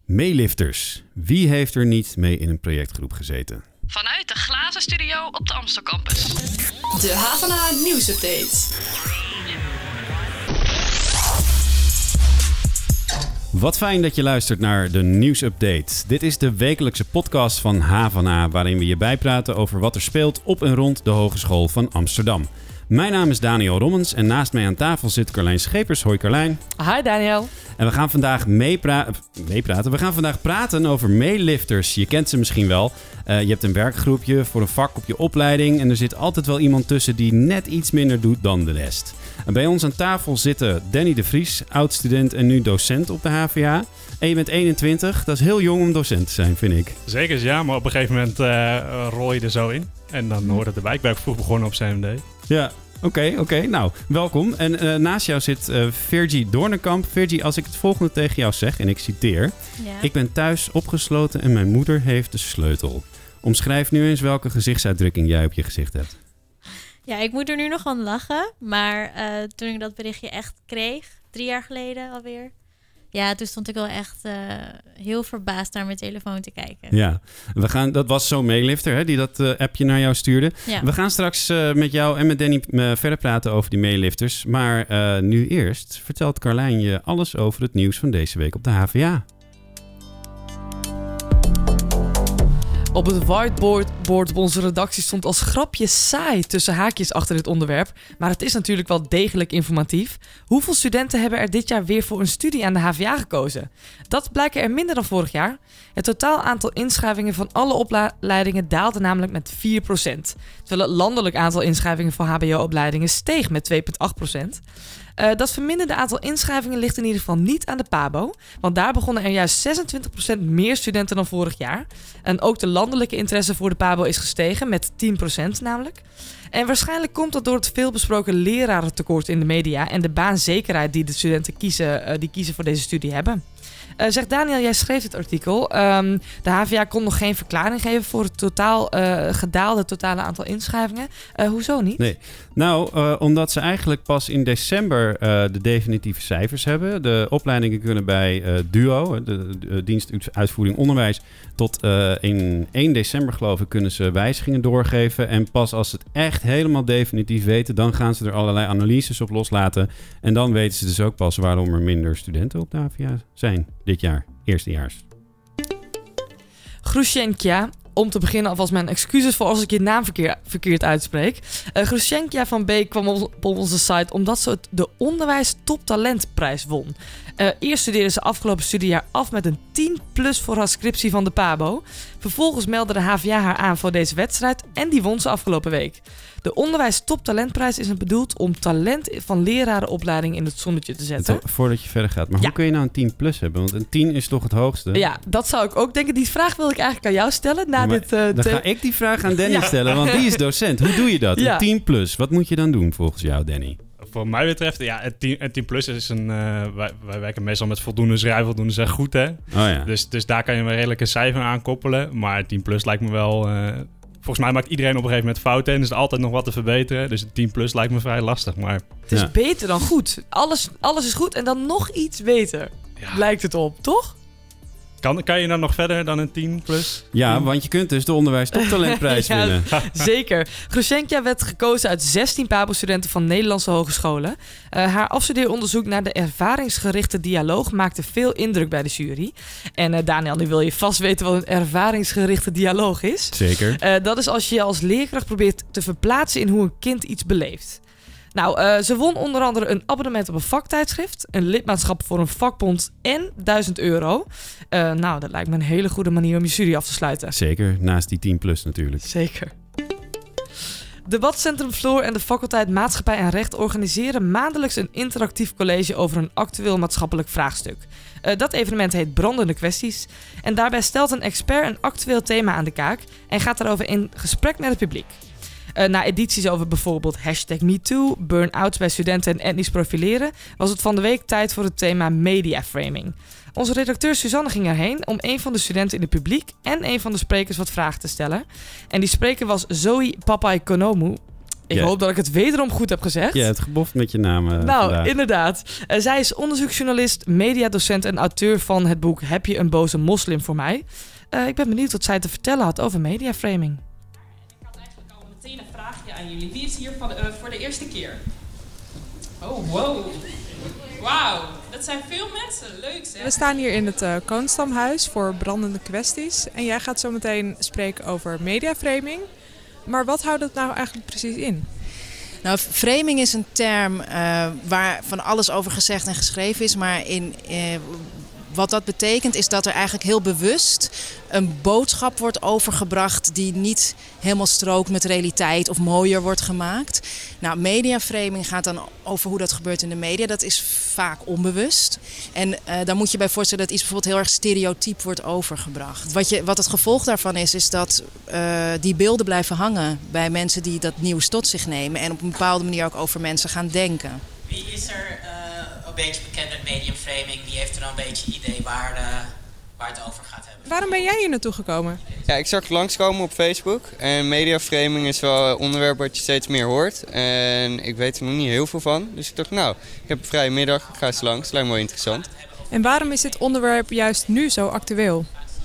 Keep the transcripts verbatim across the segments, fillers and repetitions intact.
Meelifters. Wie heeft er niet mee in een projectgroep gezeten? Vanuit de glazen studio op de Amstel Campus. De H V N A nieuwsupdate. Wat fijn dat je luistert naar de nieuwsupdate. Dit is de wekelijkse podcast van H V N A... waarin we je bijpraten over wat er speelt op en rond de Hogeschool van Amsterdam. Mijn naam is Daniel Rommens en naast mij aan tafel zit Carlijn Schepers. Hoi Carlijn. Hi Daniel. En we gaan vandaag meepra- meepraten. We gaan vandaag praten over meelifters. Je kent ze misschien wel. Uh, je hebt een werkgroepje voor een vak op je opleiding... en er zit altijd wel iemand tussen die net iets minder doet dan de rest. En bij ons aan tafel zitten Danny de Vries, oud-student en nu docent op de H V A. En je bent eenentwintig. Dat is heel jong om docent te zijn, vind ik. Zeker, ja. Maar op een gegeven moment uh, rol je er zo in. En dan hoort het erbij. Ik ben vroeg begonnen op C M D. Ja, oké, okay, oké. Okay. Nou, welkom. En uh, naast jou zit uh, Virgie Doornekamp. Virgie, als ik het volgende tegen jou zeg, en ik citeer... Ja. Ik ben thuis opgesloten en mijn moeder heeft de sleutel. Omschrijf nu eens welke gezichtsuitdrukking jij op je gezicht hebt. Ja, ik moet er nu nog aan lachen. Maar uh, toen ik dat berichtje echt kreeg, drie jaar geleden alweer... Ja, toen stond ik wel echt uh, heel verbaasd naar mijn telefoon te kijken. Ja, we gaan, dat was zo'n meelifter hè, die dat uh, appje naar jou stuurde. Ja. We gaan straks uh, met jou en met Danny uh, verder praten over die meelifters. Maar uh, nu eerst vertelt Carlijn je alles over het nieuws van deze week op de H V A. Op het whiteboard board op onze redactie stond als grapje saai tussen haakjes achter dit onderwerp. Maar het is natuurlijk wel degelijk informatief. Hoeveel studenten hebben er dit jaar weer voor een studie aan de H V A gekozen? Dat blijken er minder dan vorig jaar. Het totaal aantal inschrijvingen van alle opleidingen daalde namelijk met vier procent. Terwijl het landelijk aantal inschrijvingen voor H B O-opleidingen steeg met twee komma acht procent. Uh, dat verminderde aantal inschrijvingen ligt in ieder geval niet aan de P A B O. Want daar begonnen er juist zesentwintig procent meer studenten dan vorig jaar. En ook de landelijke interesse voor de P A B O is gestegen met tien procent namelijk. En waarschijnlijk komt dat door het veelbesproken lerarentekort in de media... en de baanzekerheid die de studenten kiezen, uh, die kiezen voor deze studie hebben. Uh, zeg Daniel, jij schreef dit artikel. Um, de H V A kon nog geen verklaring geven voor het totaal uh, gedaalde totale aantal inschrijvingen. Uh, hoezo niet? Nee, nou, uh, omdat ze eigenlijk pas in december uh, de definitieve cijfers hebben. De opleidingen kunnen bij uh, DUO, de, de dienst uitvoering onderwijs, tot uh, in één december geloof ik kunnen ze wijzigingen doorgeven. En pas als ze het echt helemaal definitief weten, dan gaan ze er allerlei analyses op loslaten. En dan weten ze dus ook pas waarom er minder studenten op de H V A zijn. Dit jaar, eerstejaars. Grushenka, om te beginnen alvast mijn excuses voor als ik je naam verkeer, verkeerd uitspreek. Uh, Grushenka van Beek kwam op, op onze site omdat ze het de Onderwijs Top Talentprijs won. Uh, eerst studeerde ze afgelopen studiejaar af met een tien plus voor haar scriptie van de P A B O. Vervolgens meldde de H V A haar aan voor deze wedstrijd en die won ze afgelopen week. De Onderwijs Top Talentprijs is bedoeld om talent van lerarenopleiding in het zonnetje te zetten. Het, voordat je verder gaat, maar ja. Hoe kun je nou een tien plus hebben? Want een tien is toch het hoogste? Ja, dat zou ik ook denken. Die vraag wil ik eigenlijk aan jou stellen. Na ja, dit, uh, dan te... ga ik die vraag aan Danny ja. stellen, want die is docent. Hoe doe je dat? Ja. Een tien plus, wat moet je dan doen volgens jou, Danny? Voor mij betreft, ja, het tien, het tien plus is een... Uh, wij, wij werken meestal met voldoende, vrij voldoende, zeg goed, hè? Oh, ja. dus, dus daar kan je wel redelijk een cijfer aan koppelen. Maar tien plus lijkt me wel... Uh, volgens mij maakt iedereen op een gegeven moment fouten en is er altijd nog wat te verbeteren. Dus een tien plus lijkt me vrij lastig, maar... Het is ja. beter dan goed. Alles, alles is goed en dan nog iets beter, ja. lijkt het op, toch? Kan, kan je dan nog verder dan een tien plus? Ja, want je kunt dus de Onderwijs Top Talentprijs ja, winnen. Zeker. Grushenka werd gekozen uit zestien P A B O-studenten van Nederlandse hogescholen. Uh, haar afstudeeronderzoek naar de ervaringsgerichte dialoog maakte veel indruk bij de jury. En uh, Daniel, nu wil je vast weten wat een ervaringsgerichte dialoog is. Zeker. Uh, dat is als je je als leerkracht probeert te verplaatsen in hoe een kind iets beleeft. Nou, uh, ze won onder andere een abonnement op een vaktijdschrift, een lidmaatschap voor een vakbond en duizend euro. Uh, nou, dat lijkt me een hele goede manier om je studie af te sluiten. Zeker, naast die tien plus natuurlijk. Zeker. Debatcentrum Floor en de faculteit Maatschappij en Recht organiseren maandelijks een interactief college over een actueel maatschappelijk vraagstuk. Uh, dat evenement heet Brandende Kwesties en daarbij stelt een expert een actueel thema aan de kaak en gaat daarover in gesprek met het publiek. Uh, na edities over bijvoorbeeld hashtag MeToo, burn-outs bij studenten en etnisch profileren, was het van de week tijd voor het thema mediaframing. Onze redacteur Suzanne ging erheen om een van de studenten in het publiek en een van de sprekers wat vragen te stellen. En die spreker was Zoe Papaikonomou. Ik ja. hoop dat ik het wederom goed heb gezegd. Ja, het geboft met je naam uh, Nou, vandaag. inderdaad. Uh, zij is onderzoeksjournalist, mediadocent en auteur van het boek Heb je een boze moslim voor mij? Uh, ik ben benieuwd wat zij te vertellen had over mediaframing. Ik had eigenlijk al meteen een vraagje aan jullie. Wie is hier van, uh, voor de eerste keer? Oh, wow. Wauw, dat zijn veel mensen. Leuk zeg. We staan hier in het uh, Koonstamhuis voor brandende kwesties. En jij gaat zo meteen spreken over mediaframing. Maar wat houdt het nou eigenlijk precies in? Nou, framing is een term uh, waar van alles over gezegd en geschreven is. Maar in, uh, wat dat betekent is dat er eigenlijk heel bewust een boodschap wordt overgebracht die niet helemaal strookt met realiteit of mooier wordt gemaakt. Nou, mediaframing gaat dan over hoe dat gebeurt in de media. Dat is vaak onbewust. En uh, dan moet je bij voorstellen dat iets bijvoorbeeld heel erg stereotyp wordt overgebracht. Wat, je, wat het gevolg daarvan is, is dat uh, die beelden blijven hangen bij mensen die dat nieuws tot zich nemen. En op een bepaalde manier ook over mensen gaan denken. Wie is er uh, een beetje bekend met mediaframing? Wie heeft er dan een beetje idee waar, uh, waar het over gaat hebben? Waarom ben jij hier naartoe gekomen? Ja, ik zag het langskomen op Facebook. En mediaframing is wel een onderwerp wat je steeds meer hoort. En ik weet er nog niet heel veel van. Dus ik dacht, nou, ik heb een vrije middag, ik ga eens langs. Het lijkt me wel interessant. En waarom is dit onderwerp juist nu zo actueel?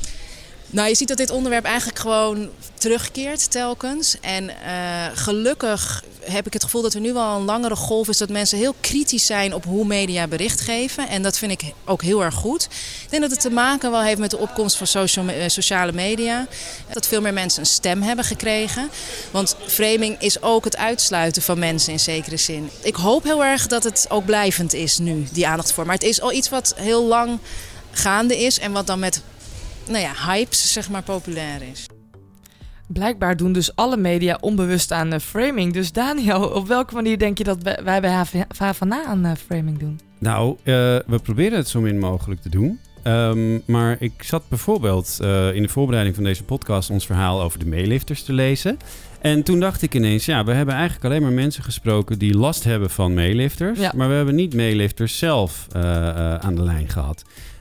Nou, je ziet dat dit onderwerp eigenlijk gewoon terugkeert telkens. En uh, gelukkig heb ik het gevoel dat er nu wel een langere golf is dat mensen heel kritisch zijn op hoe media bericht geven. En dat vind ik ook heel erg goed. Ik denk dat het te maken wel heeft met de opkomst van social, uh, sociale media. Dat veel meer mensen een stem hebben gekregen. Want framing is ook het uitsluiten van mensen in zekere zin. Ik hoop heel erg dat het ook blijvend is nu, die aandacht voor. Maar het is al iets wat heel lang gaande is en wat dan met... nou ja, hypes, zeg maar, populair is. Blijkbaar doen dus alle media onbewust aan uh, framing. Dus Daniel, op welke manier denk je dat wij bij H V A aan uh, framing doen? Nou, uh, we proberen het zo min mogelijk te doen. Um, maar ik zat bijvoorbeeld uh, in de voorbereiding van deze podcast ons verhaal over de meelifters te lezen. En toen dacht ik ineens, ja, we hebben eigenlijk alleen maar mensen gesproken die last hebben van meelifters. Ja. Maar we hebben niet meelifters zelf uh, uh, aan de lijn gehad.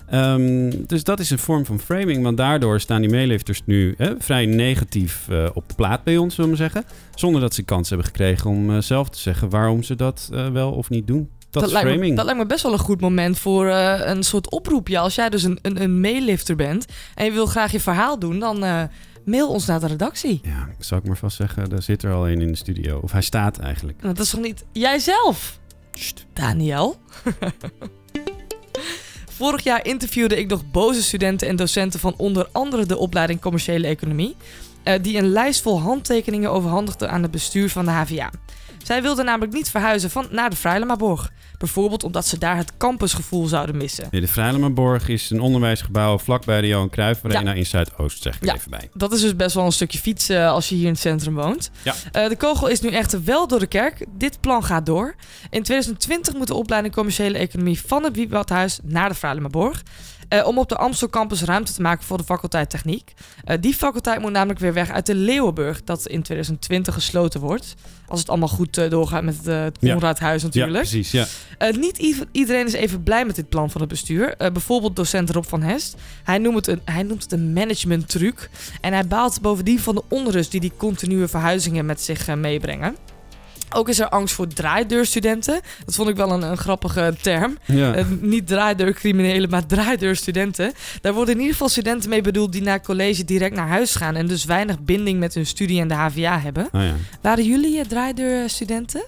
Um, dus dat is een vorm van framing, want daardoor staan die meelifters nu eh, vrij negatief uh, op de plaat bij ons, zullen we zeggen. Zonder dat ze kans hebben gekregen om uh, zelf te zeggen waarom ze dat uh, wel of niet doen. Dat, dat is lijkt framing. Me, dat lijkt me best wel een goed moment voor uh, een soort oproepje. Als jij dus een, een, een meelifter bent en je wil graag je verhaal doen, dan uh, mail ons naar de redactie. Ja, zou ik maar vast zeggen, daar zit er al een in de studio. Of hij staat eigenlijk. Nou, dat is toch niet jijzelf? Sst, Daniel. Vorig jaar interviewde ik nog boze studenten en docenten van onder andere de opleiding Commerciële Economie, uh, die een lijst vol handtekeningen overhandigden aan het bestuur van de H V A. Zij wilden namelijk niet verhuizen van naar de Vrijlemaborg. Bijvoorbeeld omdat ze daar het campusgevoel zouden missen. Nee, de Vrijlemaborg is een onderwijsgebouw vlakbij de Johan Cruijff Arena ja. in Zuidoost, zeg ik er ja, even bij. Dat is dus best wel een stukje fietsen als je hier in het centrum woont. Ja. Uh, de kogel is nu echter wel door de kerk. Dit plan gaat door. In twintig twintig moet de opleiding Commerciële Economie van het Wiebadhuis naar de Vrijlemaborg. Uh, om op de Amstel campus ruimte te maken voor de faculteit Techniek. Uh, die faculteit moet namelijk weer weg uit de Leeuwenburg, dat in twintig twintig gesloten wordt. Als het allemaal goed uh, doorgaat met uh, het Conradhuis ja. natuurlijk. Ja, precies, ja. Uh, niet i- iedereen is even blij met dit plan van het bestuur. Uh, bijvoorbeeld docent Rob van Hest. Hij noemt het een, hij noemt het een managementtruc. En hij baalt bovendien van de onrust die die continue verhuizingen met zich uh, meebrengen. Ook is er angst voor draaideurstudenten. Dat vond ik wel een, een grappige term. Ja. Uh, niet draaideurcriminelen, maar draaideurstudenten. Daar worden in ieder geval studenten mee bedoeld die na college direct naar huis gaan en dus weinig binding met hun studie en de H V A hebben. Oh ja. Waren jullie uh, draaideurstudenten?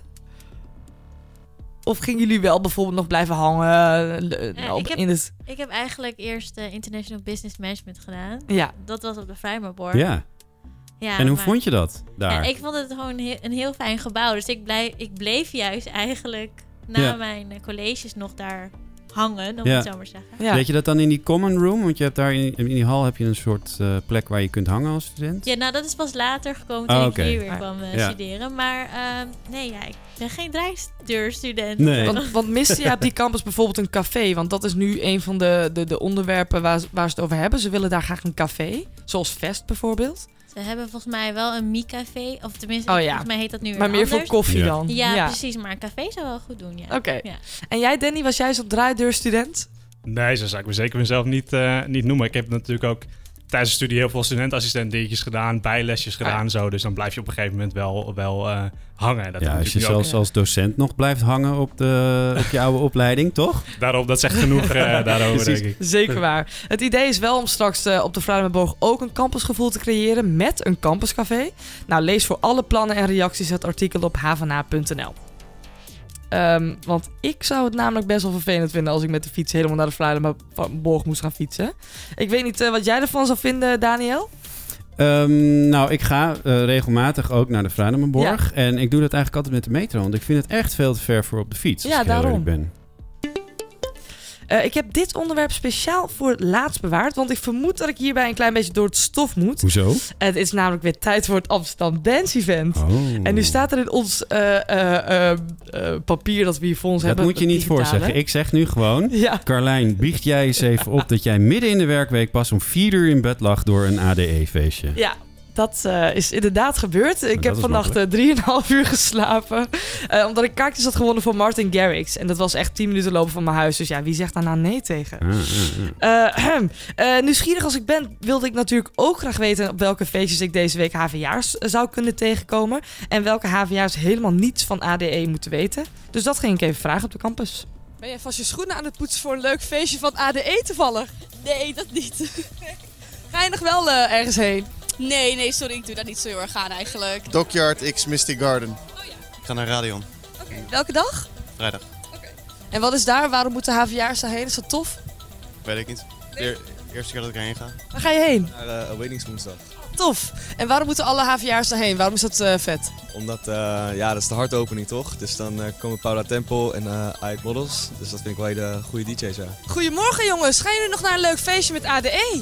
Of gingen jullie wel bijvoorbeeld nog blijven hangen uh, ja, op, ik heb, in het... Ik heb eigenlijk eerst uh, International Business Management gedaan. Ja. Dat was op de Vrijmarborg. Ja. Ja, en hoe maar, vond je dat daar? Ja, ik vond het gewoon he- een heel fijn gebouw. Dus ik, blij, ik bleef juist eigenlijk na ja. mijn uh, colleges nog daar hangen, om ja. het zo maar zeggen. Ja. Weet je dat dan in die common room? Want je hebt daar in, in die hal heb je een soort uh, plek waar je kunt hangen als student? Ja, nou dat is pas later gekomen toen oh, ik okay. hier weer kwam uh, ja. studeren. Maar uh, nee, ja, ik ben geen draaideurstudent. Nee. Want, want miste je op die campus bijvoorbeeld een café? Want dat is nu een van de, de, de onderwerpen waar, waar ze het over hebben. Ze willen daar graag een café, zoals Vest bijvoorbeeld. Ze hebben volgens mij wel een Mi-café. Of tenminste, oh, ja. volgens mij heet dat nu weer Maar meer anders. voor koffie ja. dan. Ja, ja, precies. Maar een café zou wel goed doen, ja. Oké. Okay. Ja. En jij, Danny, was jij zo'n draaideurstudent? Nee, zo zou ik me zeker mezelf niet, uh, niet noemen. Ik heb natuurlijk ook tijdens de studie heel veel studentenassistent dingetjes gedaan, bijlesjes gedaan en zo. Dus dan blijf je op een gegeven moment wel, wel uh, hangen. Dat ja, als je zelfs ook als docent nog blijft hangen op, de, op je oude opleiding, toch? Daarom, dat zegt genoeg uh, daarover, denk ik. Zeker waar. Het idee is wel om straks uh, op de Fruidenborg ook een campusgevoel te creëren met een campuscafé. Nou, lees voor alle plannen en reacties het artikel op h v n a punt n l. Um, want ik zou het namelijk best wel vervelend vinden als ik met de fiets helemaal naar de Fruidenborg moest gaan fietsen. Ik weet niet uh, wat jij ervan zou vinden, Daniel? Um, nou, ik ga uh, regelmatig ook naar de Fruidenborg. Ja. En ik doe dat eigenlijk altijd met de metro. Want ik vind het echt veel te ver voor op de fiets. Ja, als ik daarom. heel eerlijk ben. Uh, ik heb dit onderwerp speciaal voor het laatst bewaard, want ik vermoed dat ik hierbij een klein beetje door het stof moet. Hoezo? Uh, het is namelijk weer tijd voor het Amsterdam Dance Event. Oh. En nu staat er in ons uh, uh, uh, uh, papier dat we hier voor ons dat hebben. Dat moet je niet digitale. voorzeggen. Ik zeg nu gewoon, ja. Carlijn, biecht jij eens even op dat jij midden in de werkweek pas om vier uur in bed lag door een A D E-feestje. Ja. Dat uh, is inderdaad gebeurd. Ik heb vannacht uh, drieënhalf uur geslapen. Uh, omdat ik kaartjes had gewonnen voor Martin Garrix. En dat was echt tien minuten lopen van mijn huis. Dus ja, wie zegt daar nou nee tegen? Ah, ah, ah. Uh, uh, nieuwsgierig als ik ben, wilde ik natuurlijk ook graag weten op welke feestjes ik deze week H V J'ers zou kunnen tegenkomen. En welke H V J'ers helemaal niets van A D E moeten weten. Dus dat ging ik even vragen op de campus. Ben jij vast je schoenen aan het poetsen voor een leuk feestje van A D E toevallig? Nee, dat niet. Ga je nog wel uh, ergens heen? Nee, nee, sorry, ik doe daar niet zo heel erg aan eigenlijk. Dockyard x Mystic Garden. Oh, ja. Ik ga naar Radion. Oké, okay. Welke dag? Vrijdag. Oké. Okay. En wat is daar? Waarom moeten H V J'ers daarheen? Is dat tof? Weet ik niet. Nee. De eerste keer dat ik erheen ga. Waar ga je heen? Naar uh, Awakeningswoensdag. Tof. En waarom moeten alle H V J'ers daarheen? Waarom is dat uh, vet? Omdat, uh, ja, dat is de hartopening toch? Dus dan uh, komen Paula Temple en uh, Ike Models. Dus dat vind ik wel hele goede D J's, ja. Goedemorgen jongens. Gaan jullie nog naar een leuk feestje met A D E?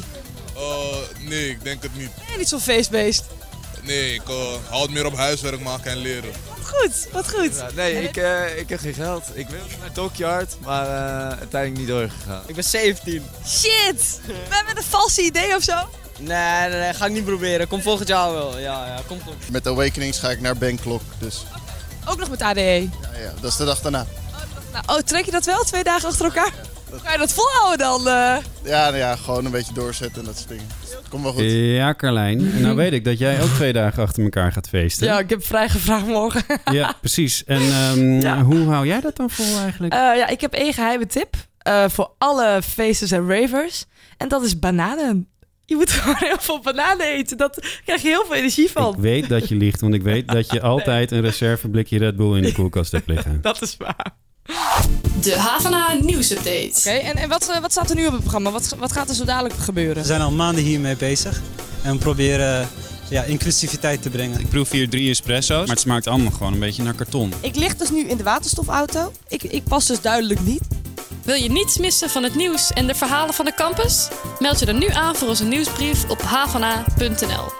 Uh, nee, ik denk het niet. Ben je niet zo'n feestbeest? Nee, ik uh, hou het meer op huiswerk maken en leren. Wat goed, wat goed. Ja, nee, ik, uh, ik heb geen geld. Ik wil naar Dockyard, maar uh, uiteindelijk niet doorgegaan. Ik ben zeventien. Shit! We hebben een valse idee of zo? Nee, nee, nee, ga ik niet proberen. Kom volgend jaar wel. Ja, ja, kom goed. Met Awakenings ga ik naar Bangkok, dus... Ook nog met A D E? Ja, ja, dat is de dag daarna. Nou, oh, trek je dat wel twee dagen achter elkaar? Hoe ga je dat volhouden dan? Uh? Ja, nou ja, gewoon een beetje doorzetten en dat soort dingen. Komt wel goed. Ja, Carlijn. Nou weet ik dat jij ook twee dagen achter elkaar gaat feesten. Ja, ik heb vrijgevraagd morgen. Ja, precies. En um, ja. hoe hou jij dat dan vol eigenlijk? Uh, ja, ik heb één geheime tip uh, voor alle feesters en ravers. En dat is bananen. Je moet gewoon heel veel bananen eten. Dat krijg je heel veel energie van. Ik weet dat je liegt, want ik weet dat je altijd een reserveblikje Red Bull in de koelkast hebt liggen. Dat is waar. De H V N A nieuwsupdate. Oké, okay, en, en wat, wat staat er nu op het programma? Wat, wat gaat er zo dadelijk gebeuren? We zijn al maanden hiermee bezig. En we proberen ja, inclusiviteit te brengen. Ik proef hier drie espresso's, maar het smaakt allemaal gewoon een beetje naar karton. Ik lig dus nu in de waterstofauto. Ik, ik pas dus duidelijk niet. Wil je niets missen van het nieuws en de verhalen van de campus? Meld je dan nu aan voor onze nieuwsbrief op h v n a punt n l.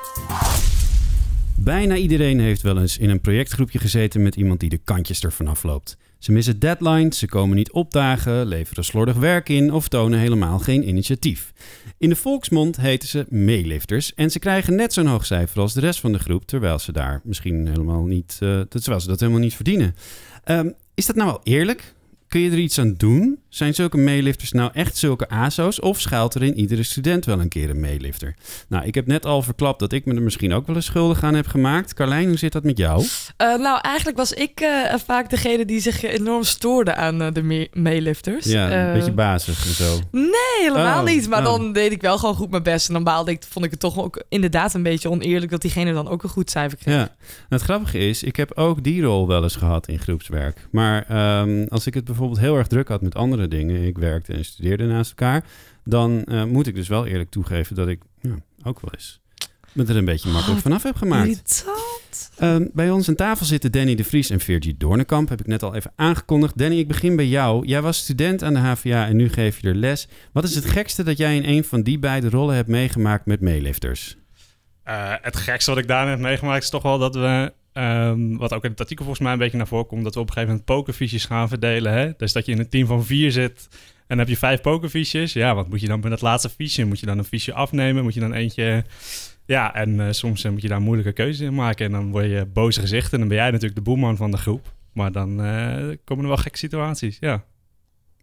Bijna iedereen heeft wel eens in een projectgroepje gezeten met iemand die de kantjes ervan afloopt. Ze missen deadlines, ze komen niet opdagen, leveren slordig werk in of tonen helemaal geen initiatief. In de volksmond heten ze meelifters en ze krijgen net zo'n hoog cijfer als de rest van de groep, terwijl ze daar misschien helemaal niet, uh, terwijl ze dat helemaal niet verdienen. Um, is dat nou wel eerlijk? Kun je er iets aan doen? Zijn zulke meelifters nou echt zulke A S O's? Of schuilt er in iedere student wel een keer een meelifter? Nou, ik heb net al verklapt dat ik me er misschien ook wel eens schuldig aan heb gemaakt. Carlijn, hoe zit dat met jou? Uh, nou, eigenlijk was ik uh, vaak degene die zich enorm stoorde aan uh, de me- meelifters. Ja, een uh, beetje bazig en zo. Nee, helemaal oh, niet. Maar oh. dan deed ik wel gewoon goed mijn best. En dan baalde ik, vond ik het toch ook inderdaad een beetje oneerlijk dat diegene dan ook een goed cijfer kreeg. Ja, nou, het grappige is, ik heb ook die rol wel eens gehad in groepswerk. Maar um, als ik het bijvoorbeeld heel erg druk had met andere dingen, ik werkte en studeerde naast elkaar, dan uh, moet ik dus wel eerlijk toegeven dat ik ja, ook wel eens me er een beetje makkelijk oh, vanaf heb gemaakt. Um, bij ons aan tafel zitten Danny de Vries en Virgie Doornekamp, heb ik net al even aangekondigd. Danny, ik begin bij jou. Jij was student aan de H V A en nu geef je er les. Wat is het gekste dat jij in een van die beide rollen hebt meegemaakt met meelifters? Uh, het gekste wat ik daarin heb meegemaakt is toch wel dat we Um, wat ook in het artikel volgens mij een beetje naar voren komt, dat we op een gegeven moment pokerfiches gaan verdelen. Hè? Dus dat je in een team van vier zit en dan heb je vijf pokerfiches. Ja, wat moet je dan met dat laatste fiche? Moet je dan een fiche afnemen? Moet je dan eentje... Ja, en uh, soms uh, moet je daar moeilijke keuzes in maken. En dan word je boze gezichten en dan ben jij natuurlijk de boeman van de groep. Maar dan uh, komen er wel gekke situaties, ja.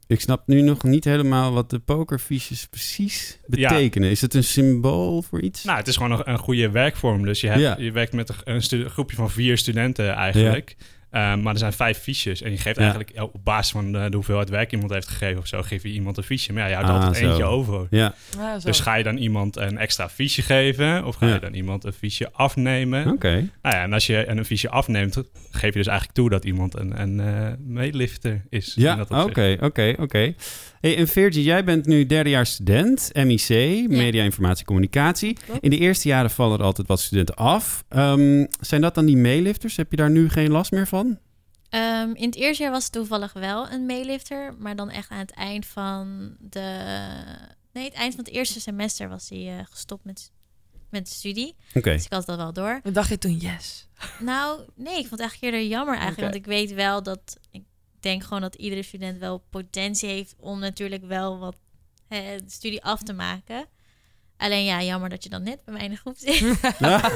Ik snap nu nog niet helemaal wat de pokerfiches precies betekenen. Ja. Is het een symbool voor iets? Nou, het is gewoon een, een goede werkvorm. Dus je, hebt, ja. je werkt met een, een, stu- een groepje van vier studenten eigenlijk. Ja. Um, maar er zijn vijf fiches. En je geeft ja. eigenlijk op basis van de, de hoeveelheid werk iemand heeft gegeven of zo, geef je iemand een fiche. Maar ja, je houdt ah, altijd zo. eentje over. Ja. Ja, zo. Dus ga je dan iemand een extra fiche geven of ga ja. je dan iemand een fiche afnemen? Oké. Okay. Nou ja, en als je een fiche afneemt, geef je dus eigenlijk toe dat iemand een, een uh, meelifter is. Ja, oké, oké, oké. Hey, en Virgie, jij bent nu derdejaars student, M I C, ja. Media, Informatie, Communicatie. Klopt. In de eerste jaren vallen er altijd wat studenten af. Um, zijn dat dan die meelifters? Heb je daar nu geen last meer van? Um, in het eerste jaar was het toevallig wel een meelifter, maar dan echt aan het eind van de... Nee, het eind van het eerste semester was hij uh, gestopt met, met de studie. Okay. Dus ik had dat wel door. En dacht je toen yes? Nou, nee, ik vond het eigenlijk eerder jammer eigenlijk, okay. Want ik weet wel dat... Ik, Ik denk gewoon dat iedere student wel potentie heeft om natuurlijk wel wat hè, de studie af te maken. Alleen ja, jammer dat je dan net bij mij in de groep zit. Ja.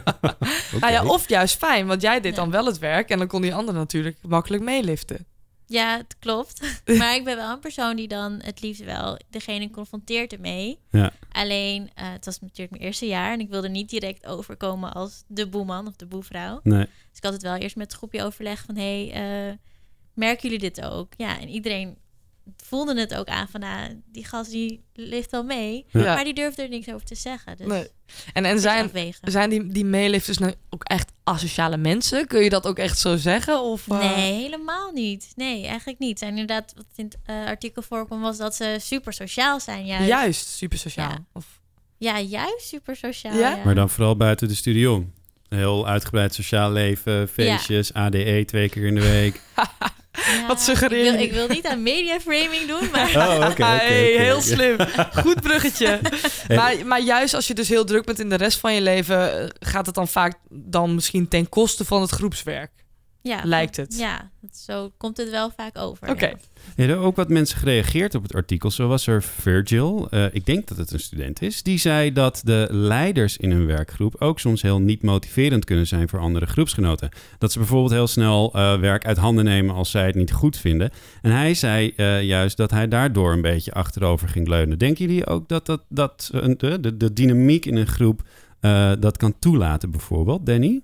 Okay. Nou ja, of juist fijn, want jij deed ja. dan wel het werk en dan kon die ander natuurlijk makkelijk meeliften. Ja, het klopt. Maar ik ben wel een persoon die dan het liefst wel degene confronteert ermee. Ja. Alleen, uh, het was natuurlijk mijn eerste jaar en ik wilde niet direct overkomen als de boeman of de boevrouw. Nee. Dus ik had het wel eerst met het groepje overleg van hé, hey, uh, merken jullie dit ook? Ja, en iedereen voelde het ook aan van, nou, die gast die lift wel mee. Ja. Maar die durfde er niks over te zeggen. Dus nee. En, en zijn, zijn die, die meelifters nou ook echt asociale mensen? Kun je dat ook echt zo zeggen? Of, uh... Nee, helemaal niet. Nee, eigenlijk niet. En inderdaad, wat in het uh, artikel voorkwam, was dat ze super sociaal zijn. Juist, juist super sociaal. Ja, of... ja juist super sociaal. Ja? Ja. Maar dan vooral buiten de studie om. Heel uitgebreid sociaal leven, feestjes, ja. A D E twee keer in de week. Ja, wat suggereer je? Ik wil, ik wil niet aan mediaframing doen, maar... Oh, oké, okay, okay, hey, okay. Heel slim. Goed bruggetje. Hey. Maar, maar juist als je dus heel druk bent in de rest van je leven, gaat het dan vaak dan misschien ten koste van het groepswerk? Ja, lijkt het. Ja, zo komt het wel vaak over. Oké. Okay. Ja. Ja, er hebben ook wat mensen gereageerd op het artikel. Zo was er Virgil, uh, ik denk dat het een student is, die zei dat de leiders in een werkgroep ook soms heel niet motiverend kunnen zijn voor andere groepsgenoten. Dat ze bijvoorbeeld heel snel uh, werk uit handen nemen als zij het niet goed vinden. En hij zei uh, juist dat hij daardoor een beetje achterover ging leunen. Denken jullie ook dat, dat, dat uh, de, de, de dynamiek in een groep uh, dat kan toelaten bijvoorbeeld, Danny?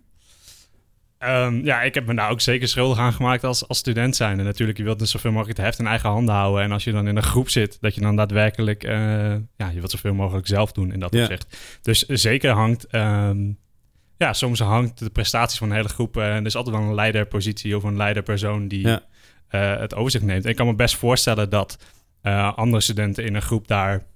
Um, ja, ik heb me daar ook zeker schuldig aan gemaakt als, als student zijn. En natuurlijk, je wilt dus zoveel mogelijk het heft in eigen handen houden. En als je dan in een groep zit, dat je dan daadwerkelijk... Uh, ja, je wilt zoveel mogelijk zelf doen in dat ja. opzicht. Dus zeker hangt... Um, ja, soms hangt de prestaties van een hele groep... Uh, er is altijd wel een leiderpositie of een leiderpersoon die ja. uh, het overzicht neemt. En ik kan me best voorstellen dat uh, andere studenten in een groep daar...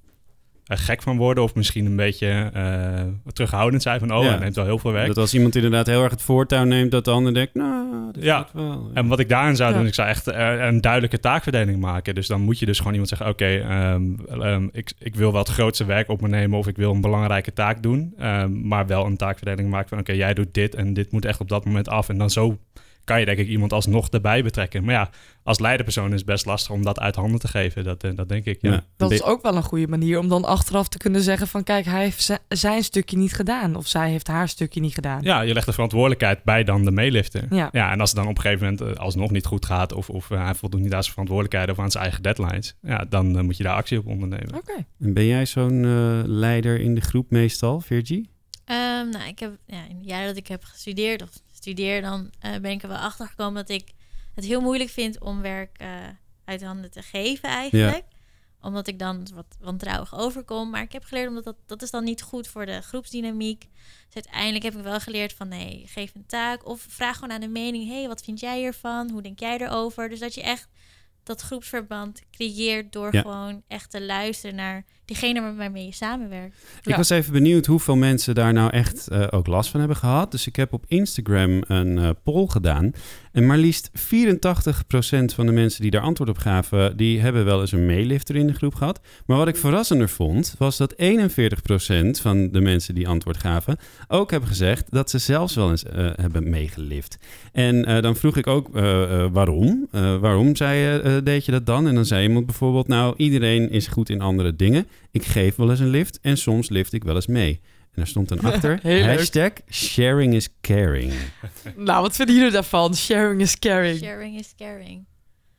gek van worden of misschien een beetje uh, terughoudend zijn van oh, ja. hij neemt wel heel veel werk. Dat als iemand inderdaad heel erg het voortouw neemt, dat de ander denkt, nou, dat ja. wel. Ja. En wat ik daarin zou ja. doen, ik zou echt uh, een duidelijke taakverdeling maken. Dus dan moet je dus gewoon iemand zeggen, oké, okay, um, um, ik, ik wil wel het grootste werk op me nemen of ik wil een belangrijke taak doen, um, maar wel een taakverdeling maken van oké, okay, jij doet dit en dit moet echt op dat moment af. En dan zo kan je denk ik iemand alsnog erbij betrekken. Maar ja, als leiderpersoon is het best lastig om dat uit handen te geven. Dat, dat denk ik, ja. ja. Dat is ook wel een goede manier om dan achteraf te kunnen zeggen van kijk, hij heeft z- zijn stukje niet gedaan. Of zij heeft haar stukje niet gedaan. Ja, je legt de verantwoordelijkheid bij dan de meelifter. Ja. ja en als het dan op een gegeven moment alsnog niet goed gaat of, of hij voldoet niet aan zijn verantwoordelijkheid of aan zijn eigen deadlines. Ja, dan uh, moet je daar actie op ondernemen. Oké. Okay. En ben jij zo'n uh, leider in de groep meestal, Virgie? Um, nou, ik heb ja, in de jaren dat ik heb gestudeerd of studeer, dan uh, ben ik er wel achter gekomen dat ik het heel moeilijk vind om werk uh, uit handen te geven eigenlijk. Ja. Omdat ik dan wat wantrouwig overkom. Maar ik heb geleerd, omdat dat, dat is dan niet goed voor de groepsdynamiek. Dus uiteindelijk heb ik wel geleerd van nee, geef een taak. Of vraag gewoon aan de mening, hey, wat vind jij hiervan? Hoe denk jij erover? Dus dat je echt dat groepsverband creëert door ja. gewoon echt te luisteren naar diegene waarmee je samenwerkt. Ik ja. was even benieuwd hoeveel mensen daar nou echt uh, ook last van hebben gehad. Dus ik heb op Instagram een uh, poll gedaan. En maar liefst vierentachtig procent van de mensen die daar antwoord op gaven, die hebben wel eens een meelifter in de groep gehad. Maar wat ik verrassender vond, was dat eenenveertig procent van de mensen die antwoord gaven ook hebben gezegd dat ze zelfs wel eens uh, hebben meegelift. En uh, dan vroeg ik ook uh, uh, waarom? Uh, waarom zei, uh, deed je dat dan? En dan zei iemand bijvoorbeeld, nou, iedereen is goed in andere dingen. Ik geef wel eens een lift en soms lift ik wel eens mee. En daar stond dan achter, hashtag sharing is caring. Nou, wat vinden jullie daarvan? Sharing is caring. Sharing is caring.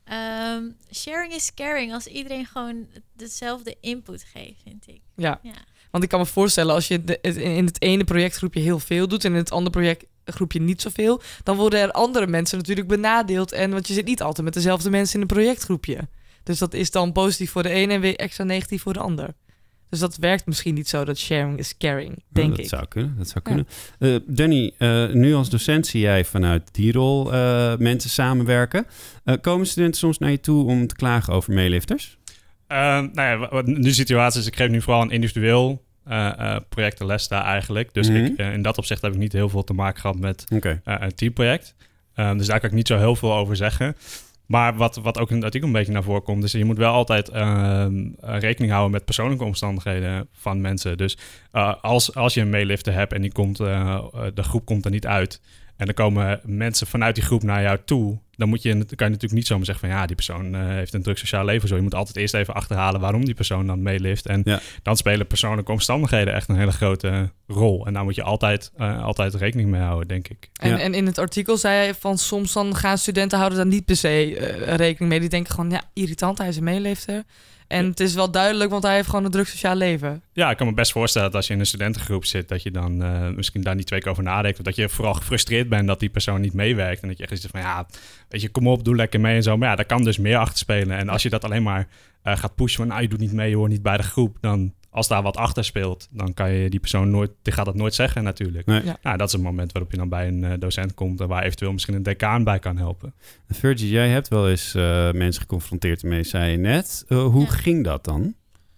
Um, sharing is caring. Als iedereen gewoon dezelfde input geeft, vind ik. Ja, ja. Want ik kan me voorstellen... als je de, in het ene projectgroepje heel veel doet... en in het andere projectgroepje niet zoveel... dan worden er andere mensen natuurlijk benadeeld. En want je zit niet altijd met dezelfde mensen in een projectgroepje. Dus dat is dan positief voor de ene... en weer extra negatief voor de ander. Dus dat werkt misschien niet zo, dat sharing is caring, denk dat ik. Zou kunnen, dat zou kunnen. Ja. Uh, Danny, uh, nu als docent zie jij vanuit die rol uh, mensen samenwerken. Uh, komen studenten soms naar je toe om te klagen over meelifters? Uh, nou ja, wat nu de situatie is, ik geef nu vooral een individueel uh, uh, project de les daar eigenlijk. Dus mm-hmm. ik, uh, in dat opzicht heb ik niet heel veel te maken gehad met okay. uh, een teamproject. Uh, dus daar kan ik niet zo heel veel over zeggen. Maar wat, wat ook in het artikel een beetje naar voren komt... is je moet wel altijd uh, rekening houden met persoonlijke omstandigheden van mensen. Dus uh, als, als je een meelifter hebt en die komt, uh, de groep komt er niet uit... en er komen mensen vanuit die groep naar jou toe... dan, moet je, dan kan je natuurlijk niet zomaar zeggen van... ja, die persoon uh, heeft een druk sociaal leven. Zo. Je moet altijd eerst even achterhalen waarom die persoon dan meelift. En ja. dan spelen persoonlijke omstandigheden echt een hele grote rol. En daar moet je altijd, uh, altijd rekening mee houden, denk ik. En, ja. en in het artikel zei hij van... soms dan gaan studenten houden daar niet per se uh, rekening mee. Die denken gewoon, ja, irritant, hij is een meelifter... En ja. het is wel duidelijk, want hij heeft gewoon een druk sociaal leven. Ja, ik kan me best voorstellen dat als je in een studentengroep zit... dat je dan uh, misschien daar niet twee keer over nadenkt. Of dat je vooral gefrustreerd bent dat die persoon niet meewerkt. En dat je echt zegt van, ja, weet je, kom op, doe lekker mee en zo. Maar ja, daar kan dus meer achter spelen. En als je dat alleen maar uh, gaat pushen van... nou, je doet niet mee, je hoort niet bij de groep... dan als daar wat achter speelt, dan kan je die persoon nooit... die gaat dat nooit zeggen natuurlijk. Nee. Ja. Nou, dat is een moment waarop je dan bij een uh, docent komt... en waar eventueel misschien een decaan bij kan helpen. Virgie, jij hebt wel eens uh, mensen geconfronteerd ermee, zei je net. Uh, hoe ja. ging dat dan?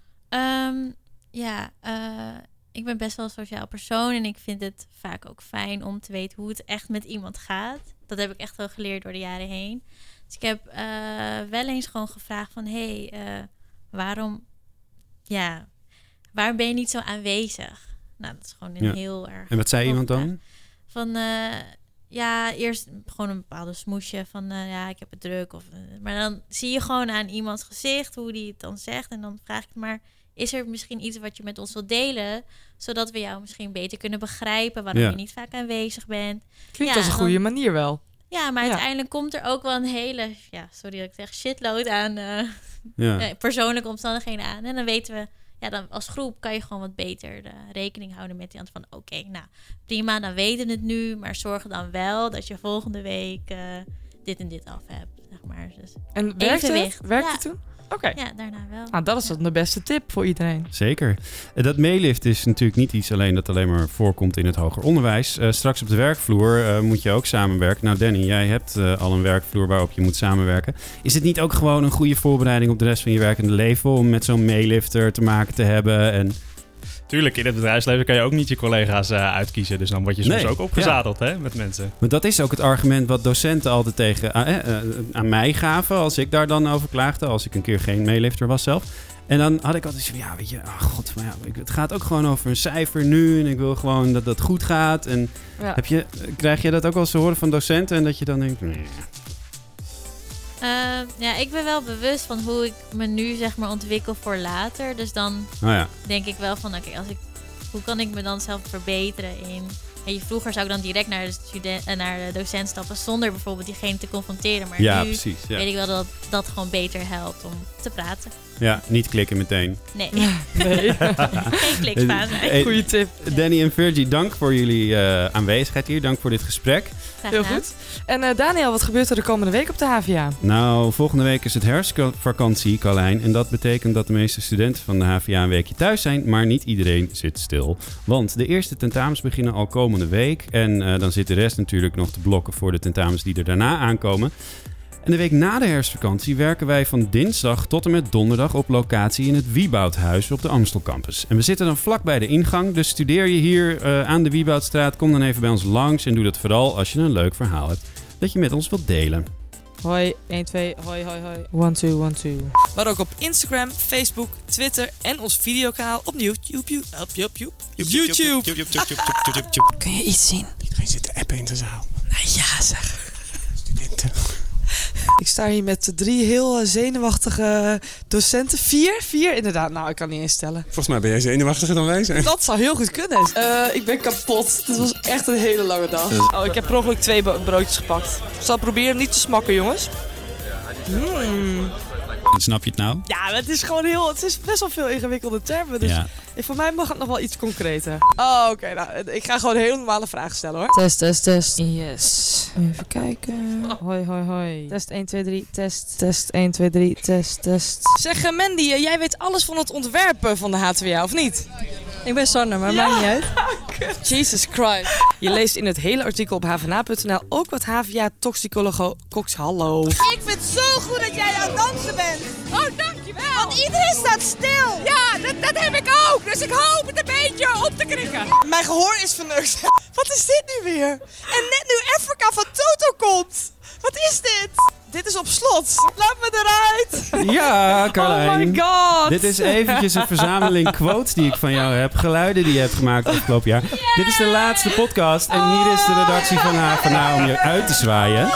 Um, ja, uh, ik ben best wel een sociaal persoon... en ik vind het vaak ook fijn om te weten hoe het echt met iemand gaat. Dat heb ik echt wel geleerd door de jaren heen. Dus ik heb uh, wel eens gewoon gevraagd van... hé, hey, uh, waarom... ja... waarom ben je niet zo aanwezig? Nou, dat is gewoon een ja. heel erg... En wat zei iemand dan? Van, uh, ja, eerst gewoon een bepaalde smoesje van... Uh, ja, ik heb het druk. Of, uh, maar dan zie je gewoon aan iemands gezicht hoe die het dan zegt. En dan vraag ik maar, is er misschien iets wat je met ons wilt delen... zodat we jou misschien beter kunnen begrijpen... waarom ja. je niet vaak aanwezig bent. Klinkt ja, als een goede dan, manier wel. Ja, maar ja. uiteindelijk komt er ook wel een hele... ja, sorry dat ik zeg, shitload aan uh, ja. persoonlijke omstandigheden aan. En dan weten we... ja, dan als groep kan je gewoon wat beter uh, rekening houden met die antwoord van... oké, okay, nou, prima, dan weten we het nu... maar zorg dan wel dat je volgende week uh, dit en dit af hebt, zeg maar. Dus en werkte het? Werkte het toen? Oké. Okay. Ja, daarna wel. Nou, dat is ja. de beste tip voor iedereen. Zeker. Dat meelift is natuurlijk niet iets alleen dat alleen maar voorkomt in het hoger onderwijs. Uh, straks op de werkvloer uh, moet je ook samenwerken. Nou Danny, jij hebt uh, al een werkvloer waarop je moet samenwerken. Is het niet ook gewoon een goede voorbereiding op de rest van je werkende leven... om met zo'n meelifter te maken te hebben en... Tuurlijk, in het bedrijfsleven kan je ook niet je collega's uh, uitkiezen. Dus dan word je soms nee, ook opgezadeld ja. hè, met mensen. Maar dat is ook het argument wat docenten altijd tegen uh, uh, aan mij gaven... als ik daar dan over klaagde, als ik een keer geen meelifter was zelf. En dan had ik altijd zo van, ja, weet je, oh god, maar ja, het gaat ook gewoon over een cijfer nu... en ik wil gewoon dat dat goed gaat. En ja. heb je, krijg je dat ook wel eens te horen van docenten... en dat je dan denkt... Nee. Uh, ja, ik ben wel bewust van hoe ik me nu zeg maar ontwikkel voor later. Dus dan oh ja. denk ik wel van, oké, okay, als ik, hoe kan ik me dan zelf verbeteren in... En je, vroeger zou ik dan direct naar de, student, uh, naar de docent stappen zonder bijvoorbeeld diegene te confronteren. Maar ja, nu precies, ja. weet ik wel dat dat gewoon beter helpt om te praten. Ja, niet klikken meteen. Nee. nee. Geen klikspaas. Hey, goeie tip. Danny en Virgie, dank voor jullie uh, aanwezigheid hier. Dank voor dit gesprek. Heel goed. En uh, Daniel, wat gebeurt er de komende week op de H V A? Nou, volgende week is het herfstvakantie, Carlijn. En dat betekent dat de meeste studenten van de H V A een weekje thuis zijn. Maar niet iedereen zit stil. Want de eerste tentamens beginnen al komende week. En uh, dan zit de rest natuurlijk nog te blokken voor de tentamens die er daarna aankomen. En de week na de herfstvakantie werken wij van dinsdag tot en met donderdag op locatie in het Wieboudhuis op de Amstel Campus. En we zitten dan vlak bij de ingang, dus studeer je hier uh, aan de Wieboudstraat, kom dan even bij ons langs en doe dat vooral als je een leuk verhaal hebt dat je met ons wilt delen. Hoi, één, twee, hoi, hoi, hoi. one, two, one, two. Maar ook op Instagram, Facebook, Twitter en ons videokanaal op YouTube. Op YouTube. YouTube. Kun je iets zien? Iedereen zit te appen in de zaal. Nou ja, zeg. Studenten. Ik sta hier met drie heel zenuwachtige docenten. Vier? Vier, inderdaad. Nou, ik kan niet eens stellen. Volgens mij ben jij zenuwachtiger dan wij zijn. Dat zou heel goed kunnen. Uh, ik ben kapot. Het was echt een hele lange dag. Oh, ik heb per ongeluk twee broodjes gepakt. Ik zal proberen niet te smakken, jongens. Hmm. Snap je het nou? Ja, het is gewoon heel... Het is best wel veel ingewikkelde termen. Dus Ja. voor mij mag het nog wel iets concreter. Oh, oké. Okay, nou, ik ga gewoon een hele normale vraag stellen, hoor. Test, test, test. Yes. Even kijken. Hoi, hoi, hoi. Test één, twee, drie. Test. Test één, twee, drie. Test, test. Zeg, uh, Mandy, uh, jij weet alles van het ontwerpen van de H T W A, of niet? Ik ben Sanne, maar Ja. maakt niet uit. Jesus Christ. Je leest in het hele artikel op h v n a punt n l ook wat H V A-toxicologo... Cox, hallo. Ik vind het zo goed dat jij aan het dansen bent. Oh, dankjewel. Want iedereen staat stil. Ja, dat, dat heb ik ook. Dus ik hoop het een beetje op te krikken. Mijn gehoor is verneukt. Wat is dit nu weer? En net nu Afrika van Toto komt. Wat is dit? Dit is op slot. Laat me eruit. Ja, Carlijn. Oh my god. Dit is eventjes een verzameling quotes die ik van jou heb. Geluiden die je hebt gemaakt afgelopen jaar. Dit is de laatste podcast. En hier is de redactie van H V N A om je uit te zwaaien.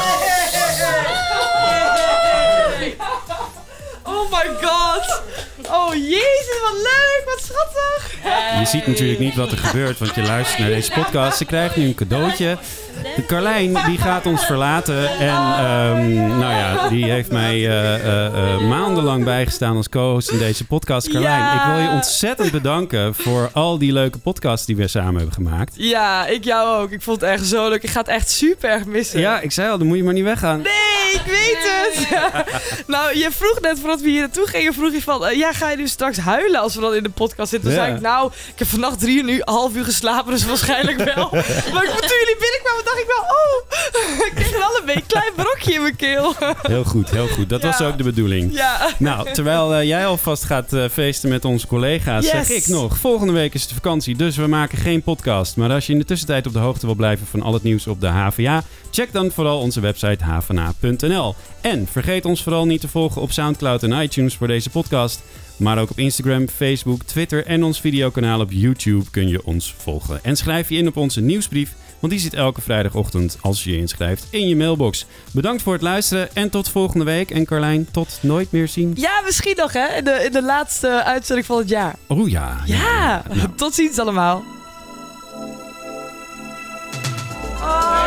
Oh my god. Oh jezus, wat leuk. Wat schattig. Je ziet natuurlijk niet wat er gebeurt, want je luistert naar deze podcast. Ze krijgt nu een cadeautje. De Carlijn die gaat ons verlaten. En um, nou ja, die heeft mij uh, uh, uh, maandenlang bijgestaan als co-host in deze podcast. Carlijn, Ja. ik wil je ontzettend bedanken voor al die leuke podcasts die we samen hebben gemaakt. Ja, ik jou ook. Ik vond het echt zo leuk. Ik ga het echt super erg missen. Ja, ik zei al, dan moet je maar niet weggaan. Nee, ik weet het. Nou, je vroeg net voordat we hier naartoe gingen, vroeg je van, uh, ja, ga je nu straks huilen als we dan in de podcast zitten? Toen Ja. zei ik, nou, ik heb vannacht drie uur nu half uur geslapen, dus waarschijnlijk wel. Maar ik, toen jullie binnenkwamen, dacht ik wel, oh, ik kreeg wel een beetje klein brokje in mijn keel. Heel goed, heel goed. Dat Ja. was ook de bedoeling. Ja. Nou, terwijl uh, jij alvast gaat uh, feesten met onze collega's, Yes. zeg ik nog, volgende week is het vakantie, dus we maken geen podcast. Maar als je in de tussentijd op de hoogte wil blijven van al het nieuws op de H V A, check dan vooral onze website h v n a punt n l. En vergeet ons vooral niet te volgen op Soundcloud en iTunes voor deze podcast. Maar ook op Instagram, Facebook, Twitter en ons videokanaal op YouTube kun je ons volgen. En schrijf je in op onze nieuwsbrief, want die zit elke vrijdagochtend als je je inschrijft in je mailbox. Bedankt voor het luisteren en tot volgende week. En Carlijn, tot nooit meer zien. Ja, misschien nog, hè, in de, in de laatste uitzending van het jaar. Oh ja. Ja, Nou. tot ziens allemaal. Oh.